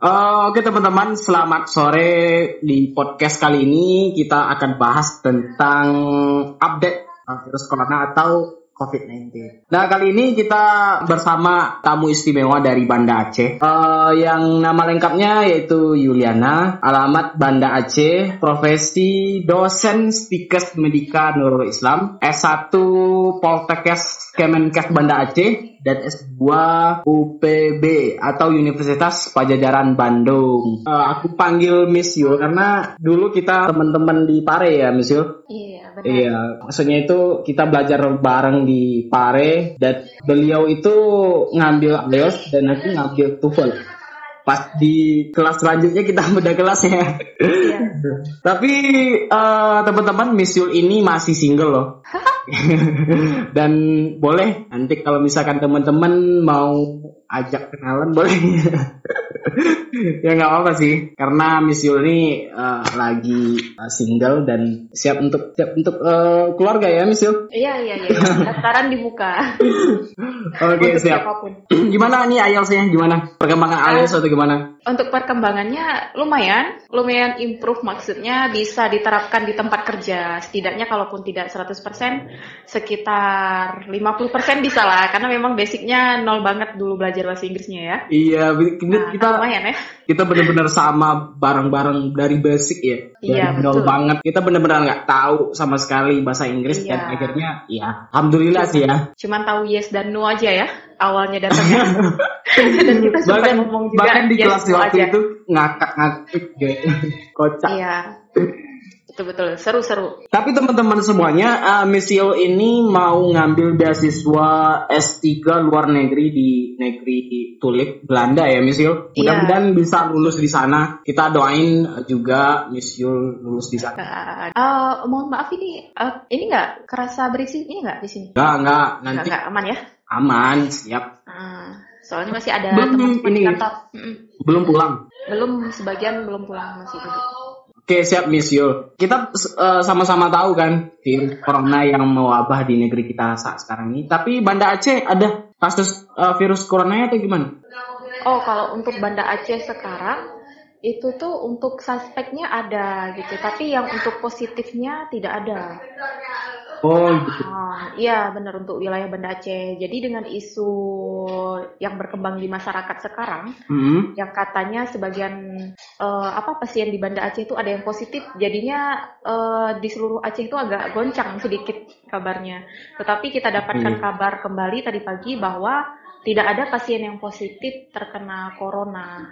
Oke teman-teman, selamat sore. Di podcast kali ini kita akan bahas tentang update virus corona atau COVID-19. Nah, kali ini kita bersama tamu istimewa dari Banda Aceh, yang nama lengkapnya yaitu Yuliana, alamat Banda Aceh, profesi dosen Stikes Medika Nurul Islam, S1 Poltekkes Kemenkes Banda Aceh, dan S2 UPB atau Universitas Padjadjaran Bandung. Aku panggil Miss Yul karena dulu kita teman-teman di Pare ya, Miss Yul? Iya, benar. Iya, maksudnya itu kita belajar bareng di Pare dan beliau itu ngambil IELTS dan aku ngambil TOEFL. Pas di kelas selanjutnya kita beda kelas ya. Iya. Tapi teman-teman, Miss Yul ini masih single loh. Dan boleh nanti kalau misalkan teman-teman mau ajak kenalan boleh. Ya nggak apa-apa sih, karena Miss Yul ini lagi single dan siap untuk keluarga ya, Miss Yul. Iya. Daftaran dibuka. Oke, Untuk siap. siapapun. Gimana nih IELTS-nya? Gimana? Perkembangan IELTS atau gimana? Untuk perkembangannya lumayan improve, maksudnya bisa diterapkan di tempat kerja. Setidaknya kalaupun tidak 100%, sekitar 50% bisa lah, karena memang basicnya nol banget dulu belajar bahasa Inggrisnya ya. Iya, kita lumayan ya. Kita benar-benar sama bareng-bareng dari basic ya. Iya, Dari nol betul. banget. Kita benar-benar nggak tahu sama sekali bahasa Inggris Iya. dan akhirnya ya alhamdulillah sih ya. Cuman tahu yes dan no aja ya awalnya datangnya. Dan kita suka ngomong juga bahkan di yes, kelas no waktu aja. itu ngakak-ngakak gitu. Kocak. Iya. Betul, seru. Tapi teman-teman semuanya, Miss Yul ini mau ngambil beasiswa S3 luar negeri di negeri Tulip, Belanda ya, Miss Yul. Mudah-mudahan bisa lulus di sana. Kita doain juga Miss Yul lulus di sana. Mohon maaf ini nggak kerasa berisik ini nggak di sini? Enggak, nanti Nggak aman ya? aman, siap. Soalnya masih ada Belum teman-teman di ini. kantor. Belum pulang. Sebagian belum pulang, masih duduk. Oke, siap Miss Yul. Kita sama-sama tahu kan virus corona yang mewabah di negeri kita saat sekarang ini. Tapi Banda Aceh ada kasus virus coronanya atau gimana? Oh, kalau untuk Banda Aceh sekarang itu tuh untuk suspeknya ada gitu, tapi yang untuk positifnya tidak ada. Oh, gitu. Iya, benar, untuk wilayah Banda Aceh. Jadi dengan isu yang berkembang di masyarakat sekarang, yang katanya sebagian pasien di Banda Aceh itu ada yang positif, jadinya di seluruh Aceh itu agak goncang sedikit kabarnya. Tetapi kita dapatkan kabar kembali tadi pagi bahwa tidak ada pasien yang positif terkena corona.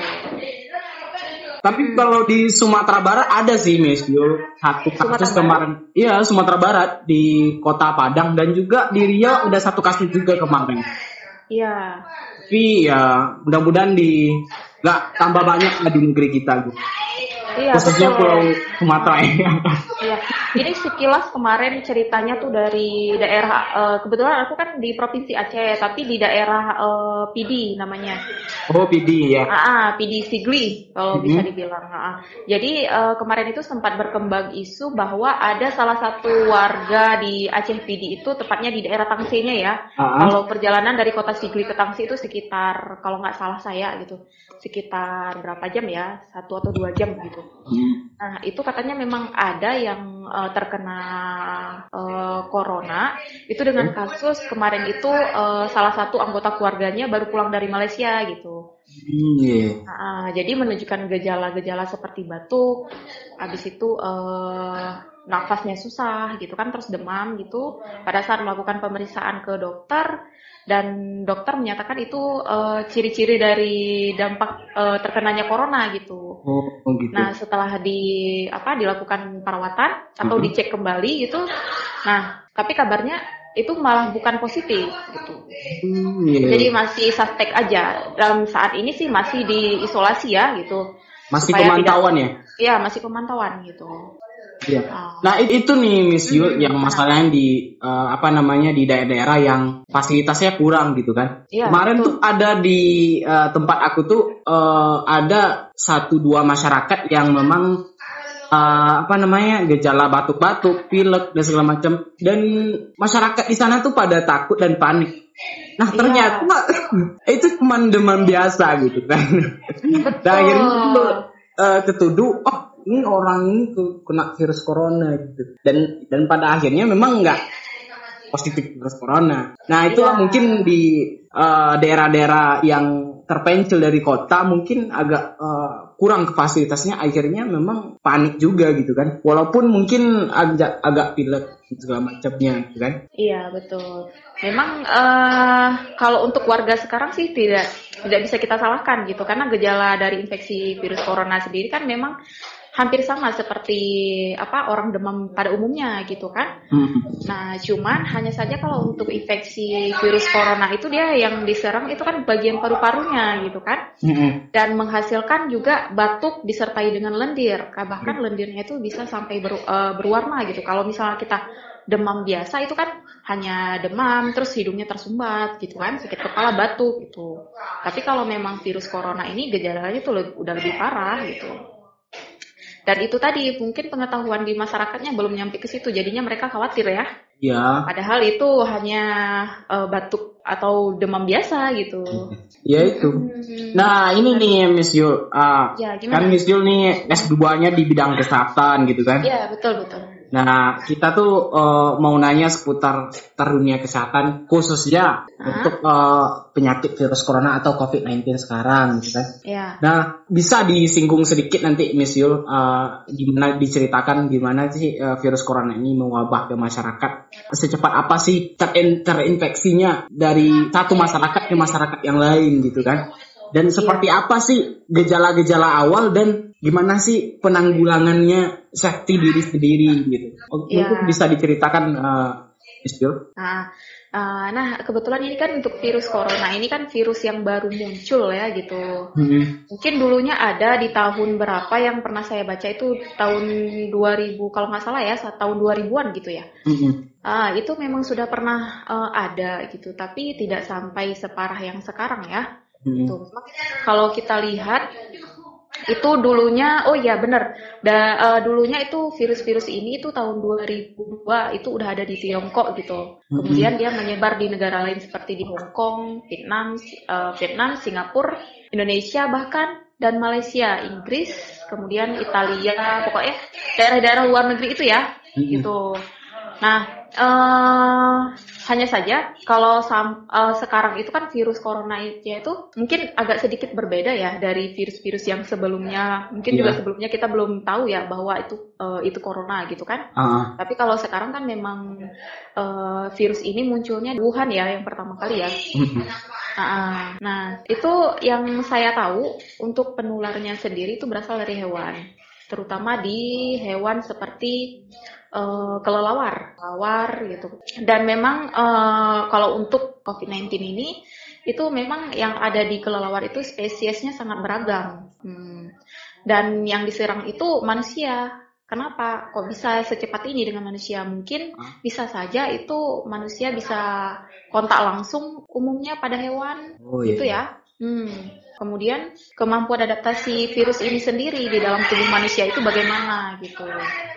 Tapi kalau di Sumatera Barat ada sih, Miss Yul, satu kasus kemarin. Iya, Sumatera Barat di Kota Padang, dan juga di Riau udah satu kasus juga kemarin. Iya. Tapi ya mudah-mudahan nggak tambah banyak lah di negeri kita gitu. Iya, khususnya betul. Pulau Sumatera ya. Iya, ini sekilas kemarin ceritanya tuh dari daerah, kebetulan aku kan di Provinsi Aceh, tapi di daerah PD namanya. Oh, PD ya. PD Sigli kalau bisa dibilang. Jadi kemarin itu sempat berkembang isu bahwa ada salah satu warga di Aceh PD itu, tepatnya di daerah Tangsenya ya. Kalau perjalanan dari kota Sigli ke Tangsi itu sekitar, kalau nggak salah saya gitu, sekitar berapa jam ya? 1 atau 2 jam gitu. Nah, itu katanya memang ada yang terkena corona itu dengan kasus kemarin itu salah satu anggota keluarganya baru pulang dari Malaysia gitu. Jadi menunjukkan gejala-gejala seperti batuk, habis itu nafasnya susah gitu kan, terus demam gitu. Pada saat melakukan pemeriksaan ke dokter, dan dokter menyatakan itu ciri-ciri dari dampak terkenanya corona gitu. Gitu. Nah, setelah dilakukan perawatan atau dicek kembali gitu, nah tapi kabarnya itu malah bukan positif gitu. Jadi masih suspek aja. Dalam saat ini sih masih diisolasi ya gitu. Masih pemantauan ya? Iya, masih pemantauan gitu. Iya. Nah, itu nih Miss Yul yang masalahnya di di daerah-daerah yang fasilitasnya kurang gitu kan. Iya, kemarin betul. tuh ada di tempat aku tuh ada 1-2 masyarakat yang memang gejala batuk-batuk, pilek dan segala macam, dan masyarakat di sana tuh pada takut dan panik. Nah ternyata itu cuma demam biasa gitu kan. Betul. Dan akhirnya ketuduh, ini orang ini kena virus corona gitu. Dan pada akhirnya memang nggak positif virus corona. Nah itulah mungkin di daerah-daerah yang terpencil dari kota mungkin agak kurang fasilitasnya, akhirnya memang panik juga gitu kan. Walaupun mungkin agak pilek segala macamnya gitu kan. Iya betul. Memang kalau untuk warga sekarang sih tidak bisa kita salahkan gitu, karena gejala dari infeksi virus corona sendiri kan memang hampir sama seperti orang demam pada umumnya gitu kan. Nah, cuman hanya saja kalau untuk infeksi virus corona itu dia yang diserang itu kan bagian paru-parunya gitu kan. Dan menghasilkan juga batuk disertai dengan lendir. Bahkan lendirnya itu bisa sampai berwarna gitu. Kalau misalnya kita demam biasa itu kan hanya demam terus hidungnya tersumbat gitu kan, sakit kepala, batuk gitu. Tapi kalau memang virus corona ini gejalanya itu udah lebih parah gitu. Dan itu tadi mungkin pengetahuan di masyarakatnya belum nyampe ke situ, jadinya mereka khawatir ya. Ya. Padahal itu hanya batuk atau demam biasa gitu. Ya itu. Nah ini nih Miss Yul, kan Miss Yul nih S2-nya di bidang kesehatan gitu kan? Iya betul. Nah kita tuh mau nanya seputar dunia kesehatan khususnya untuk penyakit virus corona atau COVID-19 sekarang gitu kan? Iya. Nah bisa disinggung sedikit nanti Miss Yul, gimana diceritakan gimana sih virus corona ini mewabah ke masyarakat, secepat apa sih terinfeksinya dari satu masyarakat ke masyarakat yang lain gitu kan, dan seperti apa sih gejala-gejala awal dan gimana sih penanggulangannya, safety diri sendiri gitu. Mungkin bisa diceritakan Miss Yul. Nah kebetulan ini kan untuk virus corona ini kan virus yang baru muncul ya gitu. Mungkin dulunya ada di tahun berapa yang pernah saya baca itu tahun 2000 kalau nggak salah ya, tahun 2000-an gitu ya. Itu memang sudah pernah ada gitu, tapi tidak sampai separah yang sekarang ya. Tuh, kalau kita lihat itu dulunya, dulunya itu virus-virus ini itu tahun 2002 itu udah ada di Tiongkok gitu. Kemudian dia menyebar di negara lain seperti di Hong Kong, Vietnam, Singapura, Indonesia bahkan, dan Malaysia, Inggris, kemudian Italia, pokoknya daerah-daerah luar negeri itu ya, gitu. Nah, hanya saja kalau sekarang itu kan virus corona itu mungkin agak sedikit berbeda ya dari virus-virus yang sebelumnya. Mungkin juga sebelumnya kita belum tahu ya bahwa itu corona gitu kan. Tapi kalau sekarang kan memang virus ini munculnya di Wuhan ya yang pertama kali ya. Nah, itu yang saya tahu untuk penularnya sendiri itu berasal dari hewan, terutama di hewan seperti kelelawar gitu. Dan memang kalau untuk COVID-19 ini itu memang yang ada di kelelawar itu spesiesnya sangat beragam. Dan yang diserang itu manusia. Kenapa? Kok bisa secepat ini dengan manusia? Mungkin bisa saja itu manusia bisa kontak langsung umumnya pada hewan, gitu ya. Kemudian kemampuan adaptasi virus ini sendiri di dalam tubuh manusia itu bagaimana gitu.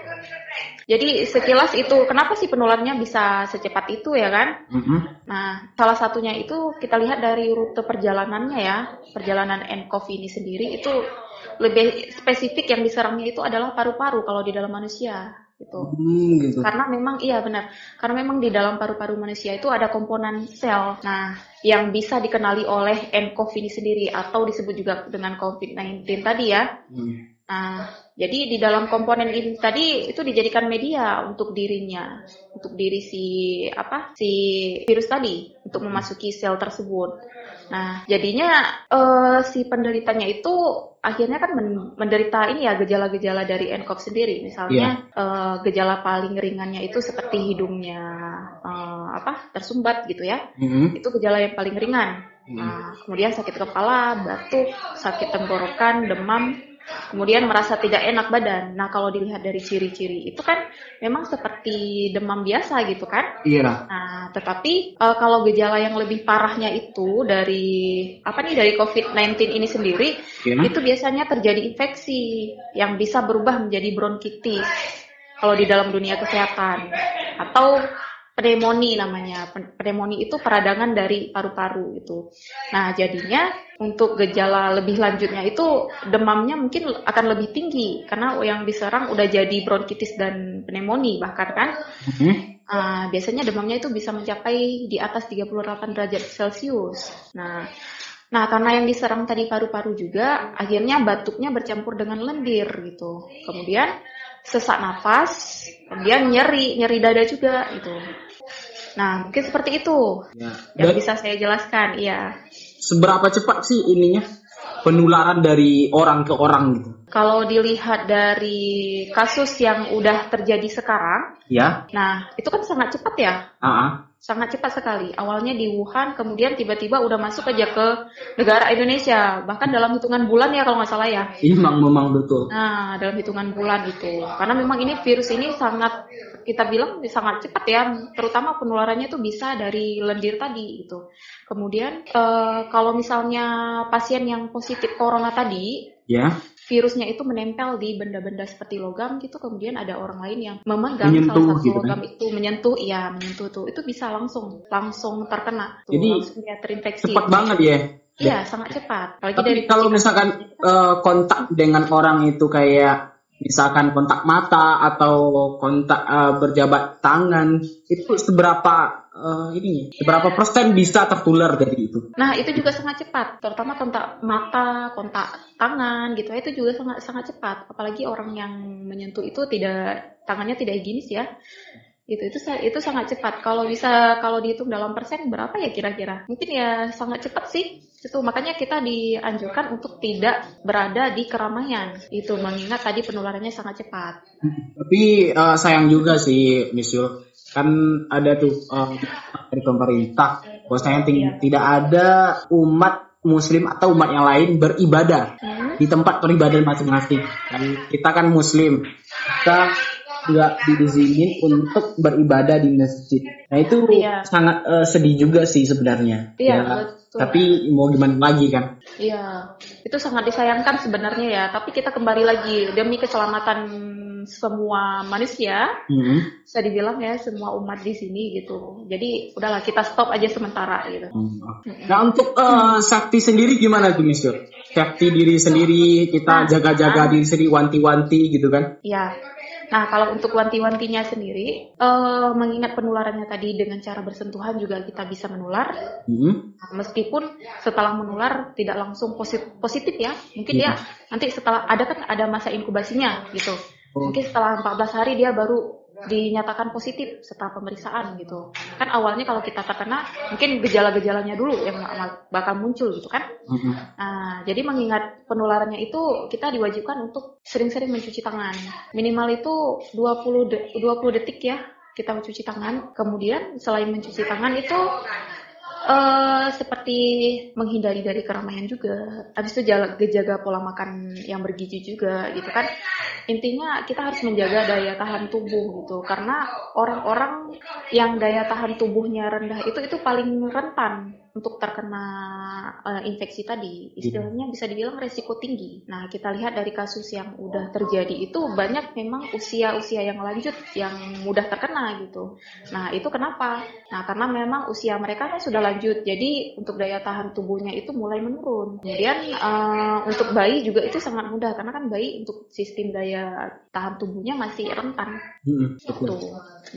Jadi sekilas itu kenapa sih penularnya bisa secepat itu ya kan? Nah salah satunya itu kita lihat dari rute perjalanannya ya. Perjalanan nCoV ini sendiri itu lebih spesifik yang diserangnya itu adalah paru-paru kalau di dalam manusia gitu. Gitu. Karena memang karena memang di dalam paru-paru manusia itu ada komponen sel. Nah, yang bisa dikenali oleh nCoV ini sendiri atau disebut juga dengan COVID-19 tadi ya. Nah, jadi di dalam komponen ini tadi itu dijadikan media untuk dirinya, untuk diri si virus tadi untuk memasuki sel tersebut. Nah, jadinya si penderitanya itu akhirnya kan menderita gejala-gejala dari nCoV sendiri. Misalnya gejala paling ringannya itu seperti hidungnya tersumbat gitu ya. Itu gejala yang paling ringan. Nah, kemudian sakit kepala, batuk, sakit tenggorokan, demam, kemudian merasa tidak enak badan. Nah, kalau dilihat dari ciri-ciri itu kan memang seperti demam biasa gitu kan? Iya. Nah, tetapi kalau gejala yang lebih parahnya itu dari COVID-19 ini sendiri, itu biasanya terjadi infeksi yang bisa berubah menjadi bronkitis kalau di dalam dunia kesehatan, atau pneumonia namanya. Pneumonia itu peradangan dari paru-paru gitu. Nah, jadinya untuk gejala lebih lanjutnya itu demamnya mungkin akan lebih tinggi karena yang diserang udah jadi bronkitis dan pneumonia bahkan kan. Biasanya demamnya itu bisa mencapai di atas 38 derajat Celcius. Nah, karena yang diserang tadi paru-paru juga, akhirnya batuknya bercampur dengan lendir gitu. Kemudian sesak napas, kemudian nyeri dada juga gitu. Nah, mungkin seperti itu yang bisa saya jelaskan. Iya. Seberapa cepat sih ininya penularan dari orang ke orang gitu? Kalau dilihat dari kasus yang udah terjadi sekarang, ya. Nah itu kan sangat cepat ya. Sangat cepat sekali. Awalnya di Wuhan, kemudian tiba-tiba udah masuk aja ke negara Indonesia. Bahkan dalam hitungan bulan ya kalau nggak salah ya. Memang betul. Nah, dalam hitungan bulan itu. Karena memang ini virus ini sangat, kita bilang sangat cepat ya. Terutama penularannya itu bisa dari lendir tadi gitu. Kemudian kalau misalnya pasien yang positif corona tadi, virusnya itu menempel di benda-benda seperti logam gitu, kemudian ada orang lain yang memegang salah satu gitu, logam itu menyentuh tuh, itu bisa langsung terkena tuh, jadi langsung ya terinfeksi. Cepat banget ya. Iya, sangat cepat. Tapi dari kalau misalkan kontak dengan orang itu kayak misalkan kontak mata atau kontak berjabat tangan, itu seberapa persen bisa tertular dari itu? Nah, itu juga sangat cepat, terutama kontak mata, kontak tangan gitu, itu juga sangat cepat. Apalagi orang yang menyentuh itu tangannya tidak higienis ya. Itu sangat cepat. Kalau dihitung dalam persen berapa ya kira-kira? Mungkin ya sangat cepat sih. Itu makanya kita dianjurkan untuk tidak berada di keramaian. Itu mengingat tadi penularannya sangat cepat. Tapi sayang juga sih, Miss Yul. Kan ada tuh dari pemerintah bahwasanya tidak ada umat Muslim atau umat yang lain beribadah di tempat peribadahan masing-masing. Dan kita kan Muslim, kita juga diizinin untuk beribadah di masjid. Nah itu sangat sedih juga sih sebenarnya. Betul. Tapi mau gimana lagi kan? Iya, itu sangat disayangkan sebenarnya ya. Tapi kita kembali lagi demi keselamatan semua manusia, bisa dibilang ya semua umat di sini gitu. Jadi udahlah kita stop aja sementara gitu. Nah untuk safety sendiri gimana tuh Miss? Safety diri sendiri, kita jaga-jaga diri sendiri, wanti-wanti gitu kan? Iya. Nah, kalau untuk wanti-wantinya sendiri, mengingat penularannya tadi dengan cara bersentuhan juga kita bisa menular. Meskipun setelah menular tidak langsung positif ya. Mungkin dia nanti setelah ada masa inkubasinya gitu. Mungkin setelah 14 hari dia baru dinyatakan positif setelah pemeriksaan gitu. Kan awalnya kalau kita terkena mungkin gejala-gejalanya dulu yang bakal muncul gitu kan. Nah, jadi mengingat penularannya itu kita diwajibkan untuk sering-sering mencuci tangan. Minimal itu 20 detik ya kita mencuci tangan. Kemudian selain mencuci tangan itu seperti menghindari dari keramaian juga. Habis itu jaga pola makan yang bergizi juga gitu kan. Intinya kita harus menjaga daya tahan tubuh gitu. Karena orang-orang yang daya tahan tubuhnya rendah itu paling rentan untuk terkena infeksi tadi. Istilahnya bisa dibilang resiko tinggi. Nah, kita lihat dari kasus yang udah terjadi itu banyak memang usia-usia yang lanjut yang mudah terkena gitu. Nah, itu kenapa? Nah, karena memang usia mereka kan sudah lanjut. Jadi, untuk daya tahan tubuhnya itu mulai menurun. Kemudian, untuk bayi juga itu sangat mudah. Karena kan bayi untuk sistem daya tahan tubuhnya masih rentan. Betul.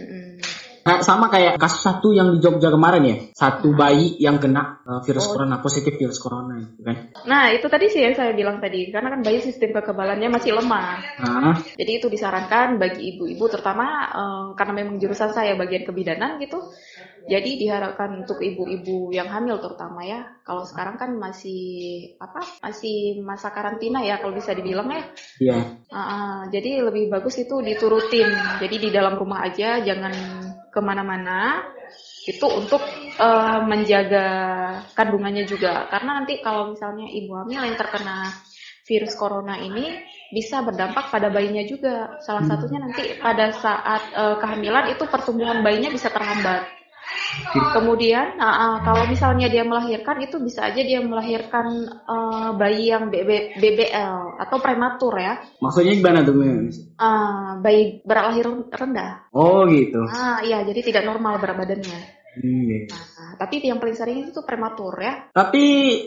Sama kayak kasus satu yang di Jogja kemarin ya, satu bayi yang kena virus corona, positif virus corona itu kan. Nah itu tadi sih yang saya bilang tadi, karena kan bayi sistem kekebalannya masih lemah. Jadi itu disarankan bagi ibu-ibu, terutama karena memang jurusan saya bagian kebidanan gitu. Jadi diharapkan untuk ibu-ibu yang hamil terutama ya. Kalau sekarang kan masih masa karantina ya kalau bisa dibilang ya. Iya. Jadi lebih bagus itu diturutin. Jadi di dalam rumah aja, jangan kemana-mana. Itu untuk menjaga kandungannya juga. Karena nanti kalau misalnya ibu hamil yang terkena virus corona ini bisa berdampak pada bayinya juga. Salah satunya nanti pada saat kehamilan itu pertumbuhan bayinya bisa terhambat. Kemudian, kalau misalnya dia melahirkan, itu bisa aja dia melahirkan bayi yang BBL atau prematur ya. Maksudnya gimana tuh? Bayi berat lahir rendah. Oh gitu. Iya, jadi tidak normal berat badannya. Tapi yang paling sering itu prematur ya. Tapi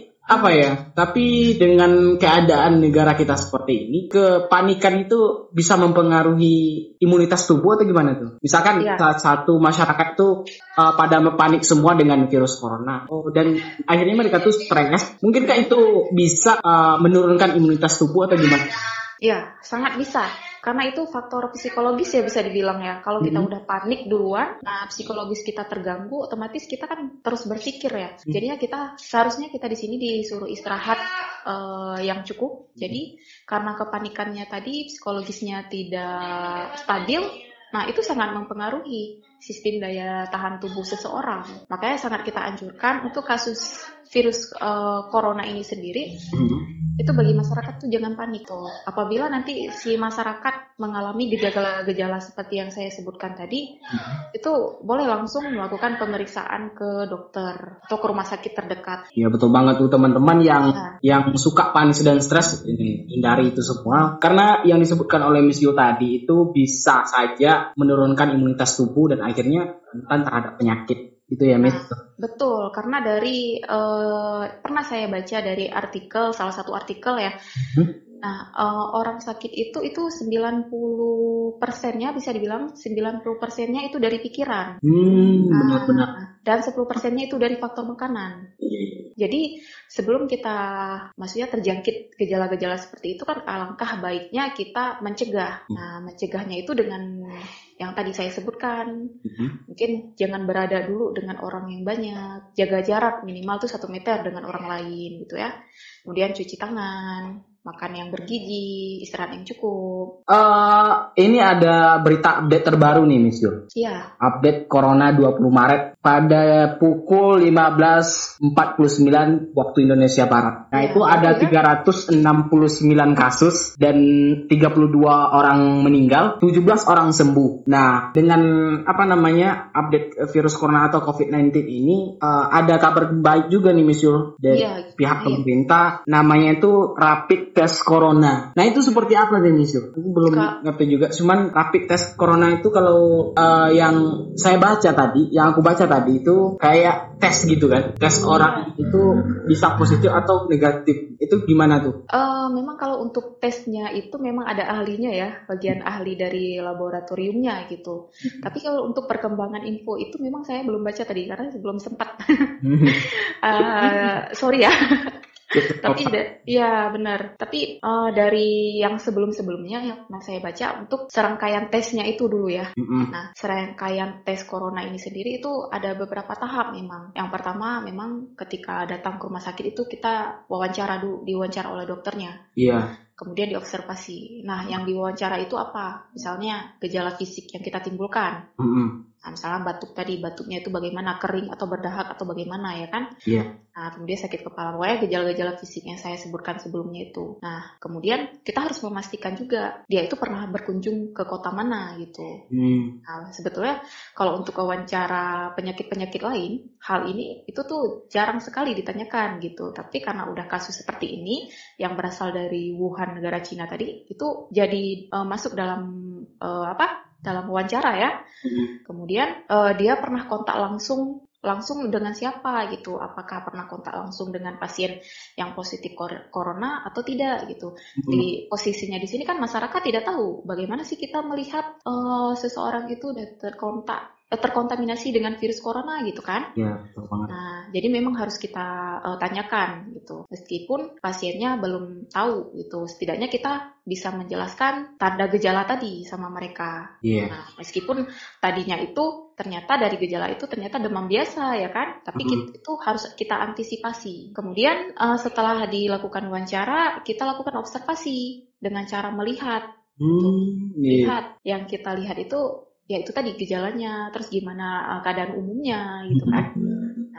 Tapi dengan keadaan negara kita seperti ini, kepanikan itu bisa mempengaruhi imunitas tubuh atau gimana tuh? Misalkan salah satu masyarakat tuh pada panik semua dengan virus corona, dan akhirnya mereka tuh stres. Mungkinkah itu bisa menurunkan imunitas tubuh atau gimana? Iya, sangat bisa. Karena itu faktor psikologis ya bisa dibilang ya. Kalau kita udah panik duluan, psikologis kita terganggu, otomatis kita kan terus berpikir ya. Jadinya seharusnya kita di sini disuruh istirahat yang cukup. Jadi karena kepanikannya tadi, psikologisnya tidak stabil, nah itu sangat mempengaruhi sistem daya tahan tubuh seseorang. Makanya sangat kita anjurkan untuk kasus virus corona ini sendiri, itu bagi masyarakat tuh jangan panik tuh. Apabila nanti si masyarakat mengalami gejala-gejala seperti yang saya sebutkan tadi, itu boleh langsung melakukan pemeriksaan ke dokter atau ke rumah sakit terdekat. Ya betul banget tuh teman-teman yang suka panik dan stres, hindari itu semua. Karena yang disebutkan oleh Miss Yul tadi itu bisa saja menurunkan imunitas tubuh dan akhirnya rentan terhadap penyakit. Itu ya, Miss? Betul, karena dari pernah saya baca dari salah satu artikel ya. Nah, orang sakit itu 90%-nya bisa dibilang 90%-nya itu dari pikiran. Benar-benar. Dan 10%-nya itu dari faktor makanan. Jadi sebelum kita maksudnya terjangkit gejala-gejala seperti itu kan alangkah baiknya kita mencegah. Nah, mencegahnya itu dengan yang tadi saya sebutkan. Mungkin jangan berada dulu dengan orang yang banyak, jaga jarak minimal tuh 1 meter dengan orang lain gitu ya. Kemudian cuci tangan, makan yang bergizi, istirahat yang cukup. Ini ada berita update terbaru nih, Miss Yul. Iya. Update Corona 20 Maret pada pukul 15.49 waktu Indonesia Barat. Nah, itu ada 369 kasus dan 32 orang meninggal, 17 orang sembuh. Nah, dengan update virus corona atau COVID-19 ini ada kabar baik juga nih, Miss Yul, dari pihak pemerintah. Namanya itu rapid test corona. Nah, itu seperti apa nih, Miss Yul? Aku belum ngerti juga. Cuman rapid test corona itu kalau yang aku baca tadi itu kayak tes gitu kan. Tes orang itu bisa positif atau negatif. Itu gimana tuh? Memang kalau untuk tesnya itu memang ada ahlinya ya, bagian ahli dari laboratoriumnya gitu. Tapi kalau untuk perkembangan info itu memang saya belum baca tadi karena belum sempat. Sorry ya. Tapi ya benar. Tapi dari yang sebelumnya yang saya baca untuk serangkaian tesnya itu dulu ya. Nah, serangkaian tes corona ini sendiri itu ada beberapa tahap memang. Yang pertama memang ketika datang ke rumah sakit itu kita diwawancara oleh dokternya. Iya. Kemudian diobservasi. Nah, yang diwawancara itu apa? Misalnya gejala fisik yang kita timbulkan. Nah, misalnya batuknya itu bagaimana, kering atau berdahak atau bagaimana ya kan? Iya. Nah, kemudian sakit kepala, pokoknya gejala-gejala fisik yang saya sebutkan sebelumnya itu. Nah, kemudian kita harus memastikan juga dia itu pernah berkunjung ke kota mana gitu. Nah, sebetulnya kalau untuk wawancara penyakit-penyakit lain, hal ini itu tuh jarang sekali ditanyakan gitu. Tapi karena udah kasus seperti ini yang berasal dari Wuhan, negara Cina tadi, itu jadi masuk dalam dalam wawancara ya. Kemudian dia pernah kontak langsung dengan siapa gitu, apakah pernah kontak langsung dengan pasien yang positif corona atau tidak gitu. Di posisinya di sini kan masyarakat tidak tahu bagaimana sih kita melihat seseorang itu udah terkontaminasi dengan virus corona gitu kan. Ya, betul banget. Nah, jadi memang harus kita tanyakan gitu. Meskipun pasiennya belum tahu gitu, setidaknya kita bisa menjelaskan tanda gejala tadi sama mereka. Nah, meskipun tadinya itu ternyata dari gejala itu ternyata demam biasa ya kan, tapi itu harus kita antisipasi. Kemudian setelah dilakukan wawancara, kita lakukan observasi dengan cara melihat. Lihat, yang kita lihat itu ya itu tadi gejalanya, terus gimana keadaan umumnya gitu kan. Nah,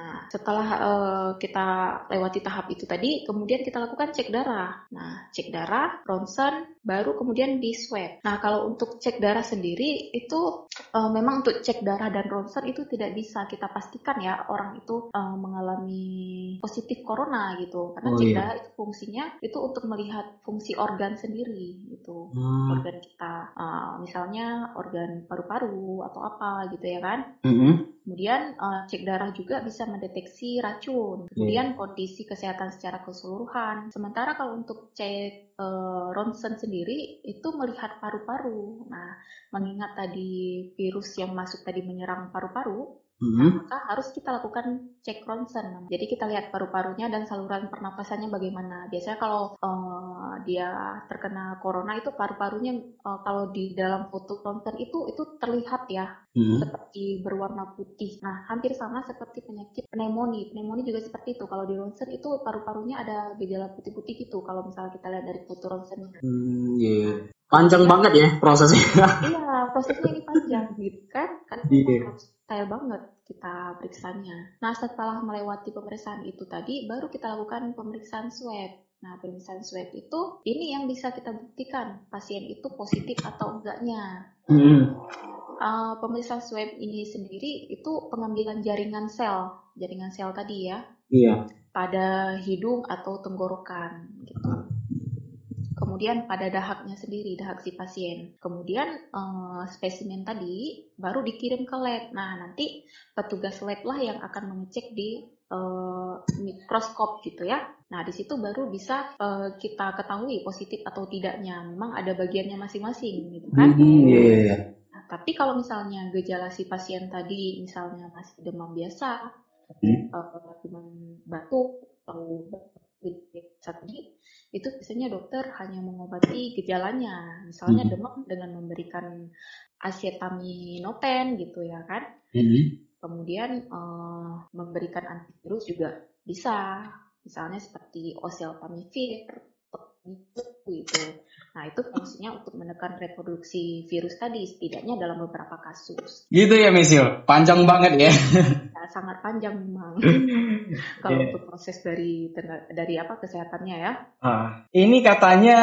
Nah, setelah kita lewati tahap itu tadi, kemudian kita lakukan cek darah. Nah, cek darah, ronsen, baru kemudian di swab. Nah, kalau untuk cek darah sendiri itu memang untuk cek darah dan ronsen itu tidak bisa kita pastikan ya orang itu mengalami positif corona gitu. Karena cek darah itu fungsinya itu untuk melihat fungsi organ sendiri gitu. Organ kita, misalnya organ paru-paru atau apa gitu ya kan. Kemudian cek darah juga bisa mendeteksi racun. Kemudian kondisi kesehatan secara keseluruhan. Sementara kalau untuk cek ronsen sendiri itu melihat paru-paru. Nah, mengingat tadi virus yang masuk tadi menyerang paru-paru, nah, maka harus kita lakukan cek ronsen. Jadi kita lihat paru-parunya dan saluran pernapasannya bagaimana. Biasanya kalau dia terkena corona itu paru-parunya kalau di dalam foto ronsen itu terlihat ya seperti berwarna putih. Nah, hampir sama seperti penyakit pneumonia. Pneumonia juga seperti itu. Kalau di ronsen itu paru-parunya ada gejala putih-putih gitu. Kalau misalnya kita lihat dari foto ronsen. Panjang banget ya prosesnya. Iya, prosesnya ini panjang gitu kan. Kan harus detail banget kita periksanya. Nah, setelah melewati pemeriksaan itu tadi, baru kita lakukan pemeriksaan swab. Nah, pemeriksaan swab itu ini yang bisa kita buktikan pasien itu positif atau enggaknya. Pemeriksaan swab ini sendiri itu pengambilan jaringan sel tadi ya. Iya. Pada hidung atau tenggorokan gitu. Kemudian pada dahaknya sendiri, dahak si pasien. Kemudian spesimen tadi baru dikirim ke lab. Nah, nanti petugas lab lah yang akan mengecek di mikroskop gitu ya. Nah, di situ baru bisa kita ketahui positif atau tidaknya. Memang ada bagiannya masing-masing gitu kan. Nah, tapi kalau misalnya gejala si pasien tadi misalnya masih demam biasa, demam batuk atau tadi itu biasanya dokter hanya mengobati gejalanya, misalnya demam dengan memberikan acetaminophen gitu ya kan. Kemudian memberikan antivirus juga bisa, misalnya seperti oseltamivir gitu. Nah, itu fungsinya untuk menekan reproduksi virus tadi, setidaknya dalam beberapa kasus. Gitu ya, Misil? Panjang banget ya? Ya, sangat panjang memang. Kalau untuk proses dari kesehatannya ya. Ini katanya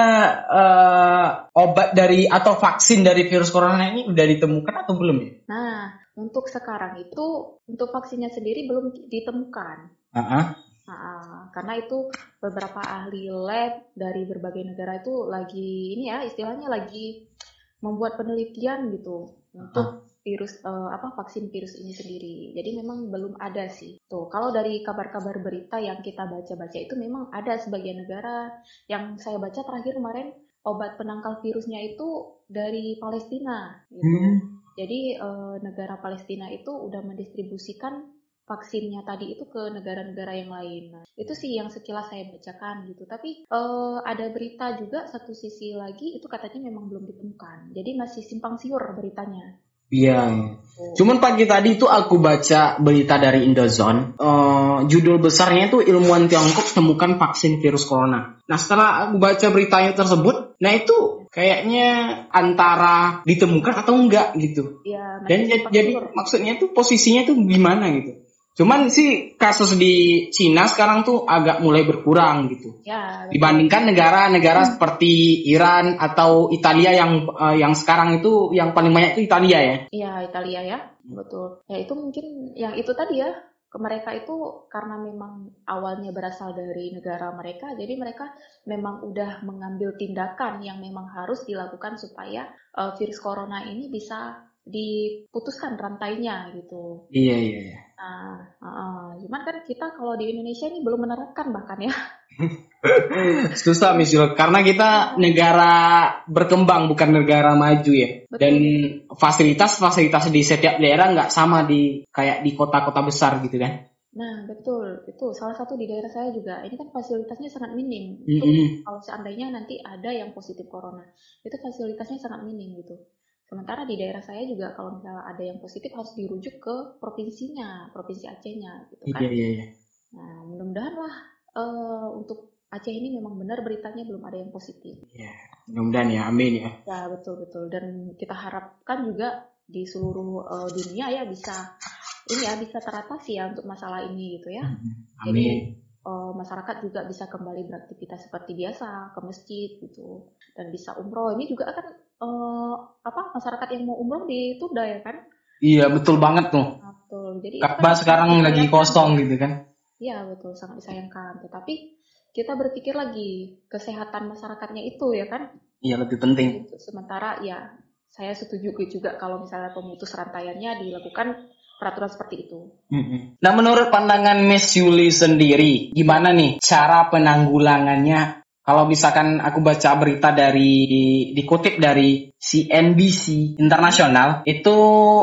obat dari atau vaksin dari virus corona ini udah ditemukan atau belum ya? Nah, untuk sekarang itu, untuk vaksinnya sendiri belum ditemukan. Karena itu beberapa ahli lab dari berbagai negara itu lagi ini ya istilahnya lagi membuat penelitian gitu untuk virus vaksin virus ini sendiri. Jadi memang belum ada sih. Tuh, kalau dari kabar-kabar berita yang kita baca-baca itu memang ada sebagian negara yang saya baca terakhir kemarin obat penangkal virusnya itu dari Palestina gitu. Jadi negara Palestina itu udah mendistribusikan vaksinnya tadi itu ke negara-negara yang lain. Nah, itu sih yang sekilas saya bacakan gitu. Tapi ada berita juga satu sisi lagi itu katanya memang belum ditemukan. Jadi masih simpang siur beritanya. Iya. Cuman pagi tadi itu aku baca berita dari Indozone. Judul besarnya itu ilmuwan Tiongkok temukan vaksin virus corona. Nah, setelah aku baca beritanya tersebut, nah itu kayaknya antara ditemukan atau enggak gitu. Ya, dan jadi maksudnya tuh posisinya tuh gimana gitu. Cuman sih kasus di Cina sekarang tuh agak mulai berkurang gitu. Ya, dibandingkan negara-negara seperti Iran atau Italia yang sekarang itu yang paling banyak itu Italia ya. Iya, Italia ya. Betul. Ya itu mungkin yang itu tadi ya. Mereka itu karena memang awalnya berasal dari negara mereka, jadi mereka memang udah mengambil tindakan yang memang harus dilakukan supaya virus corona ini bisa diputuskan rantainya gitu. Iya. Cuman kan kita kalau di Indonesia ini belum menerapkan bahkan ya. Susah Misil, karena kita negara berkembang bukan negara maju ya. Betul. Dan fasilitas di setiap daerah nggak sama kayak di kota-kota besar gitu kan. Nah betul, itu salah satu di daerah saya juga. Ini kan fasilitasnya sangat minim. Kalau seandainya nanti ada yang positif corona, itu fasilitasnya sangat minim gitu. Sementara di daerah saya juga kalau misalnya ada yang positif harus dirujuk ke provinsinya, provinsi Acehnya gitu kan. Iya. Nah mudah-mudahan lah untuk Aceh ini memang benar beritanya belum ada yang positif. Ya, mudah-mudahan ya, amin ya. Ya betul. Dan kita harapkan juga di seluruh dunia ya bisa ini ya bisa teratasi ya untuk masalah ini gitu ya. Amin. Jadi masyarakat juga bisa kembali beraktivitas seperti biasa, ke masjid gitu, dan bisa umroh. Ini juga akan masyarakat yang mau umroh ditunda ya kan? Iya, betul banget tuh. Betul. Jadi Ka'bah sekarang lagi kosong gitu kan. Iya, betul, sangat disayangkan. Tetapi kita berpikir lagi kesehatan masyarakatnya itu ya kan? Iya, lebih penting. Sementara ya saya setuju juga kalau misalnya pemutus rantaiannya dilakukan peraturan seperti itu. Nah, menurut pandangan Miss Yuli sendiri, gimana nih cara penanggulangannya? Kalau misalkan aku baca berita dikutip dari CNBC Internasional, itu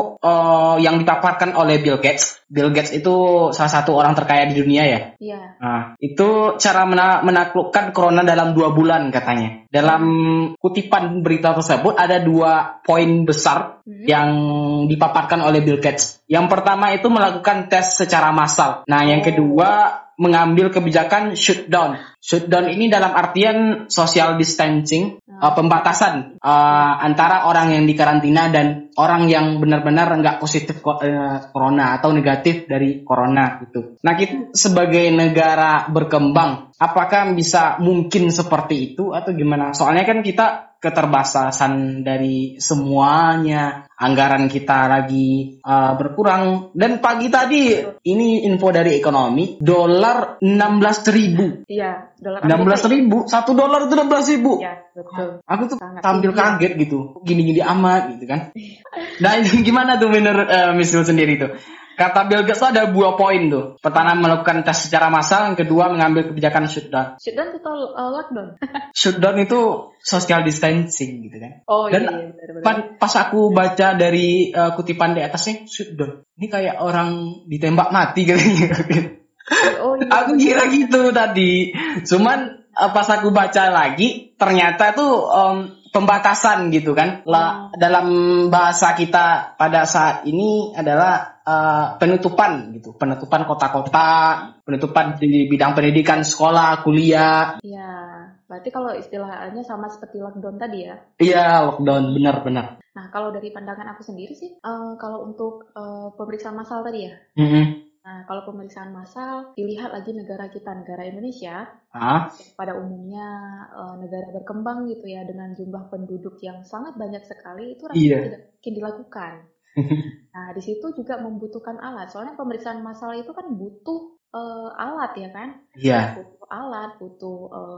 yang dipaparkan oleh Bill Gates. Bill Gates itu salah satu orang terkaya di dunia ya. Iya. Nah, itu cara menaklukkan corona dalam 2 bulan katanya. Dalam kutipan berita tersebut ada 2 poin besar yang dipaparkan oleh Bill Gates. Yang pertama itu melakukan tes secara massal. Nah, yang kedua mengambil kebijakan shutdown. Shutdown ini dalam artian social distancing, pembatasan antara orang yang dikarantina dan orang yang benar-benar nggak positif corona atau negatif dari corona gitu. Nah, kita sebagai negara berkembang, apakah bisa mungkin seperti itu atau gimana? Soalnya kan kita keterbatasan dari semuanya, anggaran kita lagi berkurang. Dan pagi tadi ini info dari ekonomi, dolar 16.000. Iya, dolar 16.000, $1 itu 16.000. Iya, betul. Aku tuh tampil kaget gitu, gini-gini amat gitu kan. Nah, itu gimana tuh menurut Miss Yul sendiri tuh? Kata Bill Gates ada 2 poin tuh. Pertama melakukan tes secara massal, yang kedua mengambil kebijakan shutdown. Shutdown atau lockdown? Shutdown itu social distancing gitu kan. Oh dan iya, benar-benar. Pas aku baca dari kutipan di atasnya shutdown, ini kayak orang ditembak mati katanya. Oh iya. Aku kira gitu tadi. Cuman pas aku baca lagi ternyata tuh pembatasan gitu kan. Dalam bahasa kita pada saat ini adalah penutupan gitu, penutupan kota-kota, penutupan di bidang pendidikan, sekolah, kuliah. Iya, berarti kalau istilahnya sama seperti lockdown tadi ya? Iya, lockdown, benar-benar. Nah, kalau dari pandangan aku sendiri sih, kalau untuk pemeriksaan massal tadi ya. Nah, kalau pemeriksaan massal, dilihat lagi negara kita, negara Indonesia, pada umumnya negara berkembang gitu ya, dengan jumlah penduduk yang sangat banyak sekali, itu rasanya tidak mungkin dilakukan. Nah, di situ juga membutuhkan alat. Soalnya pemeriksaan massal itu kan butuh alat ya kan? Iya. Butuh alat, butuh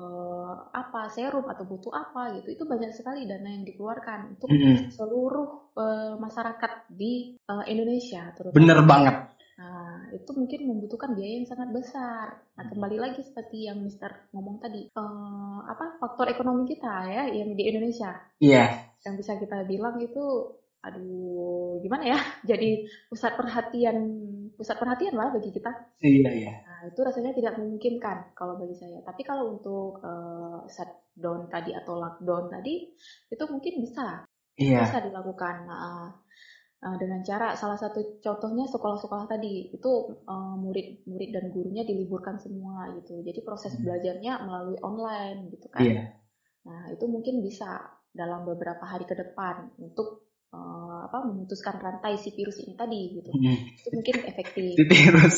serum atau butuh apa gitu. Itu banyak sekali dana yang dikeluarkan untuk seluruh masyarakat di Indonesia. Bener banget. Nah, itu mungkin membutuhkan biaya yang sangat besar. Nah, kembali lagi seperti yang Mister ngomong tadi, faktor ekonomi kita ya, yang di Indonesia. Iya. Yang bisa kita bilang itu gimana ya, jadi pusat perhatian lah bagi kita. Iya. Nah, itu rasanya tidak memungkinkan kalau bagi saya. Tapi kalau untuk shutdown tadi atau lockdown tadi, itu mungkin bisa dilakukan. Dengan cara, salah satu contohnya sekolah-sekolah tadi, itu murid-murid dan gurunya diliburkan semua gitu. Jadi proses belajarnya melalui online gitu kan. Iya. Nah, itu mungkin bisa dalam beberapa hari ke depan untuk memutuskan rantai si virus ini tadi gitu. Itu mungkin efektif. Si virus.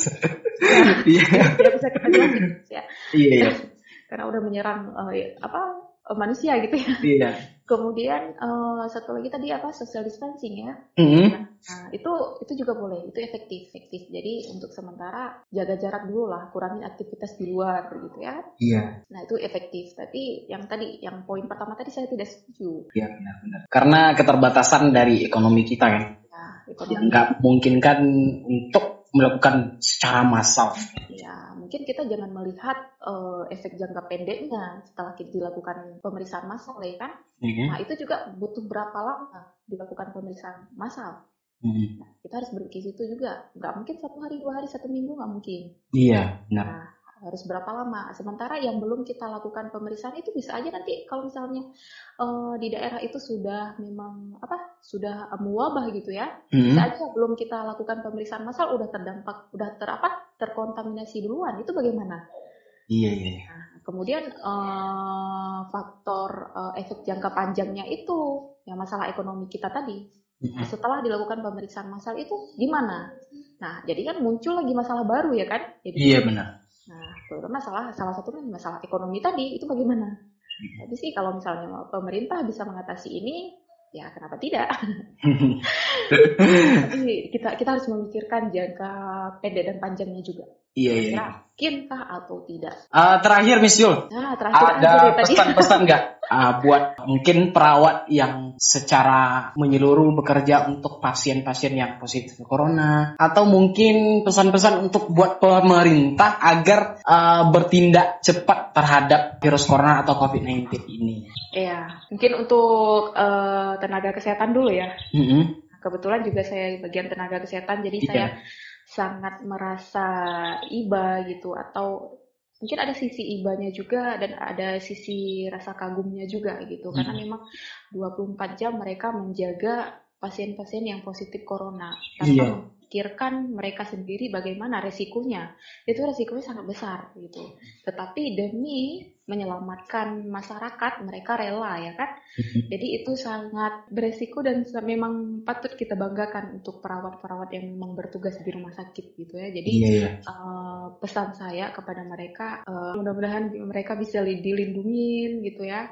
Tidak bisa kita jelasin ya. Iya. Karena udah menyerang manusia gitu ya. Iya. Kemudian satu lagi tadi social distancing ya. Nah, itu juga boleh, itu efektif. Jadi untuk sementara jaga jarak dulu lah, kurangin aktivitas di luar gitu ya. Iya. Nah, itu efektif. Tapi yang poin pertama tadi saya tidak setuju. Iya, benar. Karena keterbatasan dari ekonomi kita kan. Ya, ekonomi. Nggak memungkinkan untuk melakukan secara massal. Ya, mungkin kita jangan melihat efek jangka pendeknya setelah kita dilakukan pemeriksaan massal ya kan. Nah, itu juga butuh berapa lama dilakukan pemeriksaan massal. Nah, kita harus berpikir itu juga. Nggak mungkin 1 hari, 2 hari, 1 minggu, nggak mungkin. Iya, benar. Nah, harus berapa lama. Sementara yang belum kita lakukan pemeriksaan itu bisa aja nanti kalau misalnya di daerah itu sudah memang sudah mewabah gitu ya. Bisa aja belum kita lakukan pemeriksaan massal udah terdampak, terkontaminasi duluan. Itu bagaimana? Iya. Nah, kemudian faktor efek jangka panjangnya itu yang masalah ekonomi kita tadi. Setelah dilakukan pemeriksaan massal itu gimana? Nah, jadi kan muncul lagi masalah baru ya kan? Jadi, Iya benar. Nah, terutama salah satunya masalah ekonomi tadi, itu bagaimana? Tapi sih kalau misalnya pemerintah bisa mengatasi ini, ya kenapa tidak? Tapi kita harus memikirkan jangka pendek dan panjangnya juga. Iya. Mungkinkah atau tidak? Terakhir Miss Yul, Terakhir ada pesan-pesan nggak buat mungkin perawat yang secara menyeluruh bekerja untuk pasien-pasien yang positif corona, atau mungkin pesan-pesan untuk buat pemerintah agar bertindak cepat terhadap virus corona atau COVID-19 ini? Iya, mungkin untuk tenaga kesehatan dulu ya. Kebetulan juga saya bagian tenaga kesehatan, jadi saya sangat merasa iba gitu, atau mungkin ada sisi ibanya juga dan ada sisi rasa kagumnya juga gitu, karena memang 24 jam mereka menjaga pasien-pasien yang positif corona tanpa memikirkan mereka sendiri bagaimana resikonya. Itu resikonya sangat besar gitu. Tetapi demi menyelamatkan masyarakat mereka rela ya kan. Jadi itu sangat beresiko dan memang patut kita banggakan untuk perawat-perawat yang memang bertugas di rumah sakit gitu ya. Jadi pesan saya kepada mereka, mudah-mudahan mereka bisa dilindungin gitu ya,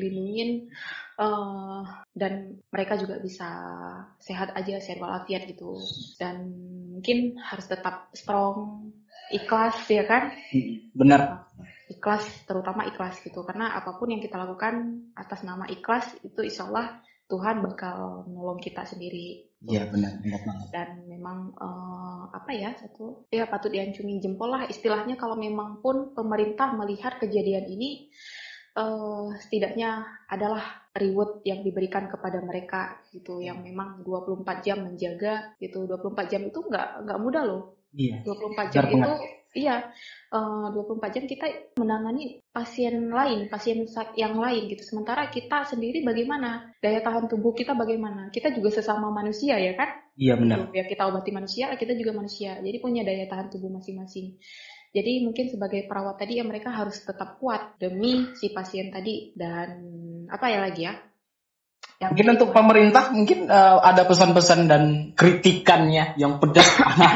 dan mereka juga bisa sehat aja, sehat walafiat gitu. Dan mungkin harus tetap strong, ikhlas ya kan? Benar. Ikhlas, terutama ikhlas gitu, karena apapun yang kita lakukan atas nama ikhlas itu insya Allah Tuhan bakal nolong kita sendiri. Iya benar banget. Dan memang patut diacungin jempol lah istilahnya, kalau memang pun pemerintah melihat kejadian ini setidaknya adalah reward yang diberikan kepada mereka gitu, yang memang 24 jam menjaga gitu. 24 jam itu nggak mudah loh. Iya. 24 jam itu 24 jam kita menangani pasien yang lain gitu. Sementara kita sendiri bagaimana? Daya tahan tubuh kita bagaimana? Kita juga sesama manusia ya kan? Iya benar. Ya kita obati manusia, kita juga manusia. Jadi punya daya tahan tubuh masing-masing. Jadi mungkin sebagai perawat tadi ya mereka harus tetap kuat demi si pasien tadi. Dan apa ya lagi ya? Mungkin untuk pemerintah mungkin ada pesan-pesan dan kritikannya yang pedas.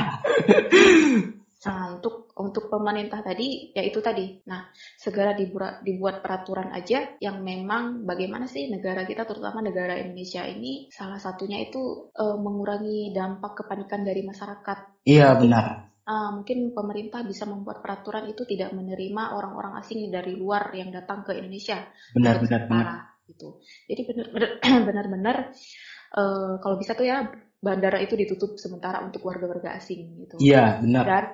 Nah, untuk pemerintah tadi, ya itu tadi. Nah, segera dibuat peraturan aja yang memang bagaimana sih negara kita, terutama negara Indonesia ini, salah satunya itu mengurangi dampak kepanikan dari masyarakat. Iya, benar. Mungkin pemerintah bisa membuat peraturan itu tidak menerima orang-orang asing dari luar yang datang ke Indonesia. Benar. Gitu. Jadi benar-benar kalau bisa tuh ya bandara itu ditutup sementara untuk warga-warga asing gitu. Iya, benar.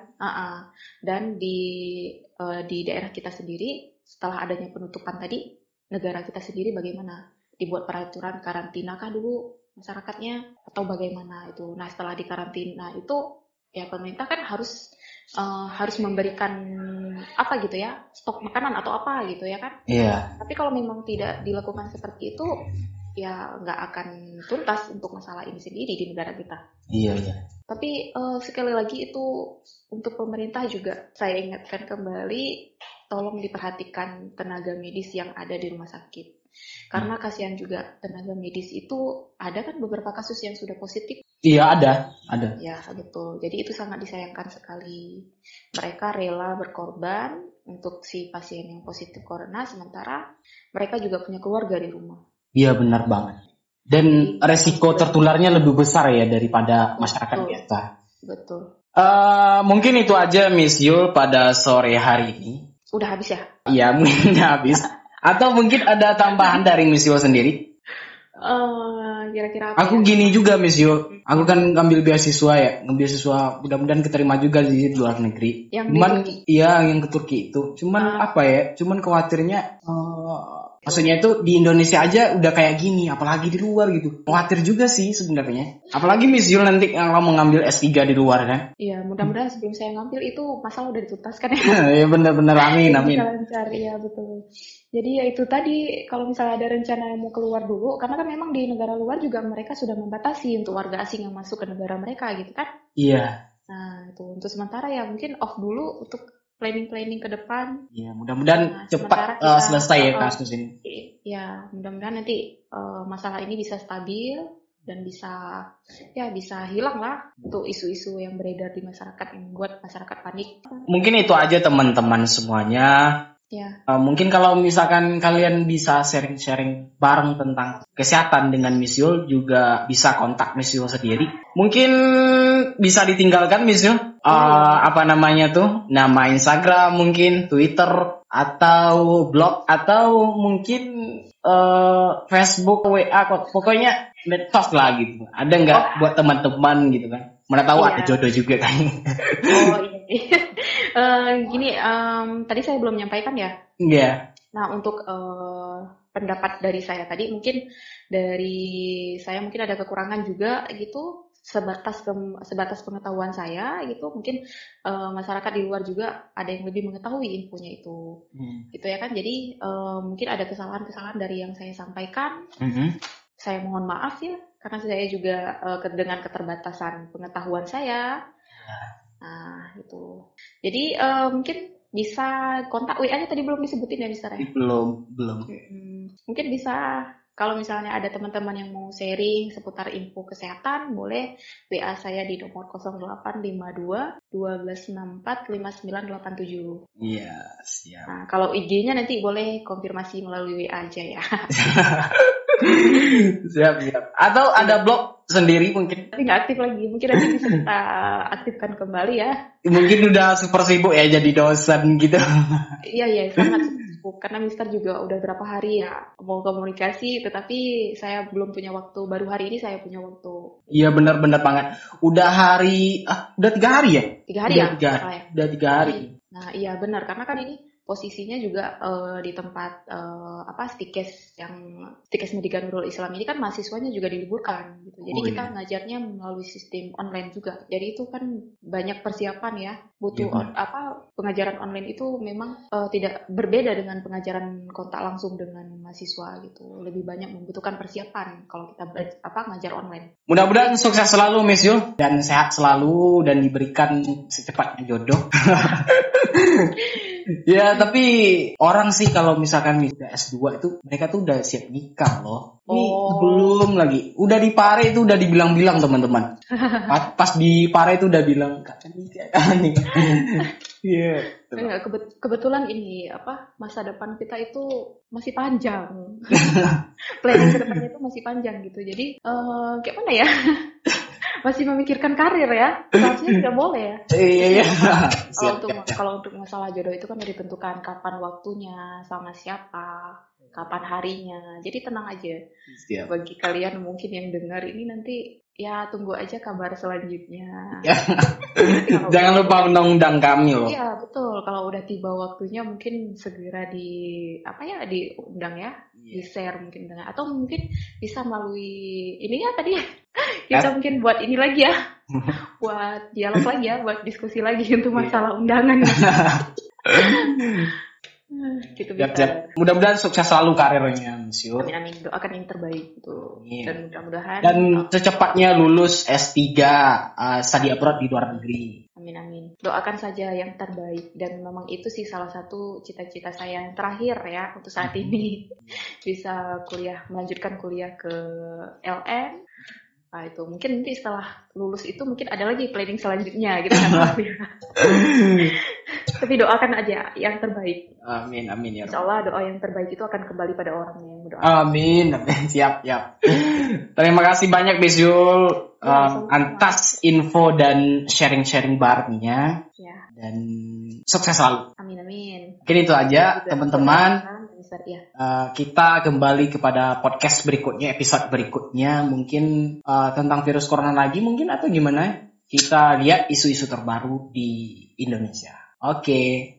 Dan di daerah kita sendiri setelah adanya penutupan tadi, negara kita sendiri bagaimana? Dibuat peraturan karantina kah dulu masyarakatnya atau bagaimana itu? Nah, setelah dikarantina itu ya pemerintah kan harus memberikan apa gitu ya, stok makanan atau apa gitu ya kan? Iya. Tapi kalau memang tidak dilakukan seperti itu, ya nggak akan tuntas untuk masalah ini sendiri di negara kita. Iya. Tapi sekali lagi itu untuk pemerintah juga saya ingatkan kembali, tolong diperhatikan tenaga medis yang ada di rumah sakit. Karena kasihan juga tenaga medis itu, ada kan beberapa kasus yang sudah positif. Iya, ada. Ya, betul. Jadi itu sangat disayangkan sekali. Mereka rela berkorban untuk si pasien yang positif corona, sementara mereka juga punya keluarga di rumah. Iya, benar banget. Dan resiko tertularnya lebih besar ya daripada masyarakat biasa. Betul. Mungkin itu aja Miss Yul pada sore hari ini. Udah habis ya? Iya, mungkin udah habis. Atau mungkin ada tambahan dari Miss Yul sendiri? Kira-kira apa? Aku gini juga Miss Yul. Aku kan ngambil beasiswa mudah-mudahan keterima juga di luar negeri. Yang ke Turki itu. Cuman Cuman khawatirnya maksudnya itu di Indonesia aja udah kayak gini, apalagi di luar gitu. Khawatir juga sih sebenarnya. Apalagi Miss Yul nanti kalau mau ngambil S3 di luar kan. Iya, mudah-mudahan sebelum saya ngambil itu masalah udah dituntaskan ya. Iya benar-benar amin. Lancar, ya betul. Jadi ya itu tadi, kalau misalnya ada rencana yang mau keluar dulu, karena kan memang di negara luar juga mereka sudah membatasi untuk warga asing yang masuk ke negara mereka gitu kan. Iya. Nah itu untuk sementara ya mungkin off dulu untuk planning ke depan. Iya, mudah-mudahan cepat selesai ya kasus ini. Ya, mudah-mudahan nanti masalah ini bisa stabil dan bisa hilang lah untuk isu-isu yang beredar di masyarakat yang membuat masyarakat panik. Mungkin itu aja teman-teman semuanya. Ya. Mungkin kalau misalkan kalian bisa sharing-sharing bareng tentang kesehatan dengan Miss Yul, juga bisa kontak Miss Yul sendiri. Mungkin bisa ditinggalkan Miss Yul, apa namanya tuh, nama Instagram, mungkin Twitter, atau blog, atau mungkin Facebook, WA, pokoknya medsos lah gitu. Ada nggak buat teman-teman gitu kan? Mana tahu ada jodoh juga kan? Oh iya. Gini, tadi saya belum menyampaikan ya. Iya. Yeah. Nah, untuk pendapat dari saya tadi, mungkin dari saya mungkin ada kekurangan juga gitu, sebatas pengetahuan saya gitu. Mungkin masyarakat di luar juga ada yang lebih mengetahui infonya itu, gitu ya kan. Jadi mungkin ada kesalahan-kesalahan dari yang saya sampaikan. Saya mohon maaf ya, karena saya juga dengan keterbatasan pengetahuan saya. Nah, itu. Jadi mungkin bisa kontak WA-nya tadi belum disebutin ya, Mister ya? Belum. Mungkin bisa, kalau misalnya ada teman-teman yang mau sharing seputar info kesehatan, boleh WA saya di nomor 0852 1264 5987. Iya, siap. Nah, kalau IG-nya nanti boleh konfirmasi melalui WA aja ya. Siap. Atau ada blog sendiri mungkin? Tapi nggak aktif lagi, mungkin nanti bisa kita aktifkan kembali ya. Mungkin udah super sibuk ya jadi dosen gitu. Iya, sangat sibuk. Karena Mister juga udah berapa hari ya mau komunikasi, tetapi saya belum punya waktu. Baru hari ini saya punya waktu. Iya benar-benar banget. Udah 3 hari ya? 3 hari ya? Udah 3 hari. Nah iya benar, karena kan ini posisinya juga di tempat Stikes Pendidikan Nurul Islam ini kan mahasiswanya juga diliburkan gitu. Jadi kita ngajarnya melalui sistem online juga. Jadi itu kan banyak persiapan ya. Butuh pengajaran online itu memang tidak berbeda dengan pengajaran kontak langsung dengan mahasiswa gitu. Lebih banyak membutuhkan persiapan kalau kita ngajar online. Mudah-mudahan sukses selalu Miss Yul dan sehat selalu dan diberikan secepatnya jodoh. Ya tapi orang sih kalau misalkan udah S2 itu mereka tuh udah siap nikah loh. Ini belum lagi. Udah di Pare itu udah dibilang-bilang teman-teman. Pas di Pare itu udah bilang kapan nikah. Iya. Kebetulan ini masa depan kita itu masih panjang. Planning ke depannya itu masih panjang gitu. Jadi kayak mana ya? Masih memikirkan karir ya, seharusnya tidak boleh ya. Iya. Kalau untuk masalah jodoh itu kan udah ditentukan kapan waktunya, sama siapa, kapan harinya. Jadi tenang aja. Siap. Bagi kalian mungkin yang dengar ini nanti ya tunggu aja kabar selanjutnya. Jangan lupa undang kami loh. Iya betul. Kalau udah tiba waktunya mungkin segera diundang ya. Di-share mungkin dengan, atau mungkin bisa melalui ininya tadi ya. Kita mungkin buat ini lagi ya. Buat dialog lagi ya, buat diskusi lagi untuk masalah undangan. Gitu bisa. Mudah-mudahan sukses selalu karirnya, Miss Yul. Amin. Doakan yang terbaik gitu. Dan mudah-mudahan secepatnya lulus S3 study abroad di luar negeri. Amin. Doakan saja yang terbaik, dan memang itu sih salah satu cita-cita saya yang terakhir ya untuk saat ini. Bisa melanjutkan kuliah ke LN. Nah itu mungkin nanti setelah lulus itu mungkin ada lagi planning selanjutnya gitu kan. Tapi doakan aja yang terbaik. Amin ya. Insya Allah doa yang terbaik itu akan kembali pada orang yang berdoa. Amin. Siap. Terima kasih banyak Miss Yul atas info dan sharing barengnya. Ya. Dan sukses selalu. Amin. Mungkin itu aja teman-teman. Kita kembali kepada podcast berikutnya, episode berikutnya mungkin tentang virus corona lagi mungkin, atau gimana? Kita lihat isu-isu terbaru di Indonesia. Oke.